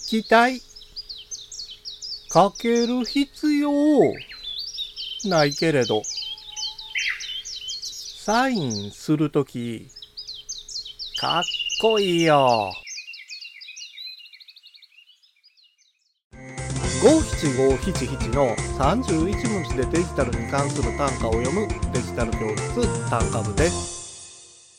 記体かける必要ないけれど、サインするときかっこいいよ。57577の31文字でデジタルに関する単価を読むデジタル教室単価部です。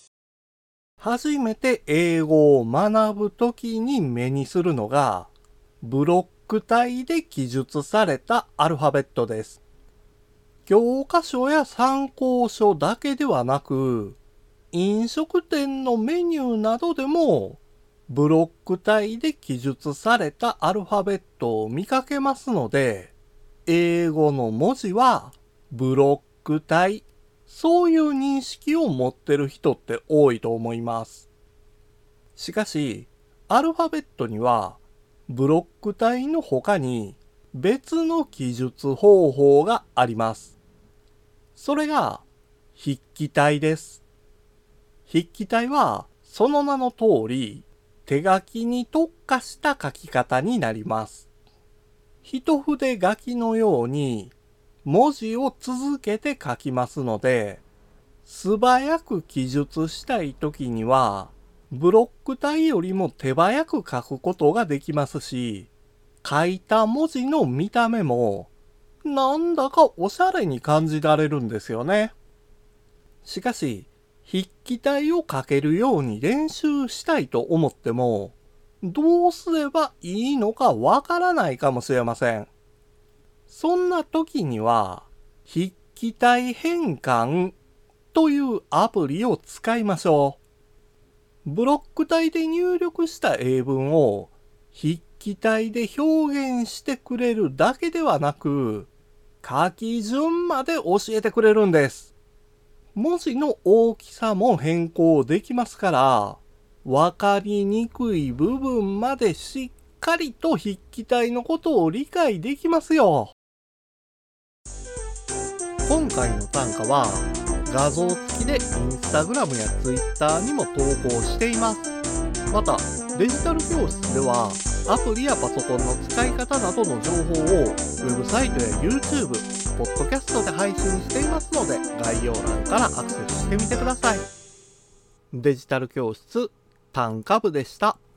初めて英語を学ぶときに目にするのがブロック体で記述されたアルファベットです。教科書や参考書だけではなく、飲食店のメニューなどでもブロック体で記述されたアルファベットを見かけますので、英語の文字はブロック体、そういう認識を持ってる人って多いと思います。しかし、アルファベットにはブロック体の他に別の記述方法があります。それが筆記体です。筆記体はその名の通り、手書きに特化した書き方になります。一筆書きのように文字を続けて書きますので、素早く記述したいときには、ブロック体よりも手早く書くことができますし、書いた文字の見た目も、なんだかおしゃれに感じられるんですよね。しかし、筆記体を書けるように練習したいと思っても、どうすればいいのかわからないかもしれません。そんな時には、筆記体変換というアプリを使いましょう。ブロック体で入力した英文を筆記体で表現してくれるだけではなく、書き順まで教えてくれるんです。文字の大きさも変更できますから、わかりにくい部分までしっかりと筆記体のことを理解できますよ。今回の単価は画像付きでインスタグラムやツイッターにも投稿しています。また、デジタル教室ではアプリやパソコンの使い方などの情報をウェブサイトや YouTube、ポッドキャストで配信していますので、概要欄からアクセスしてみてください。デジタル教室単価部でした。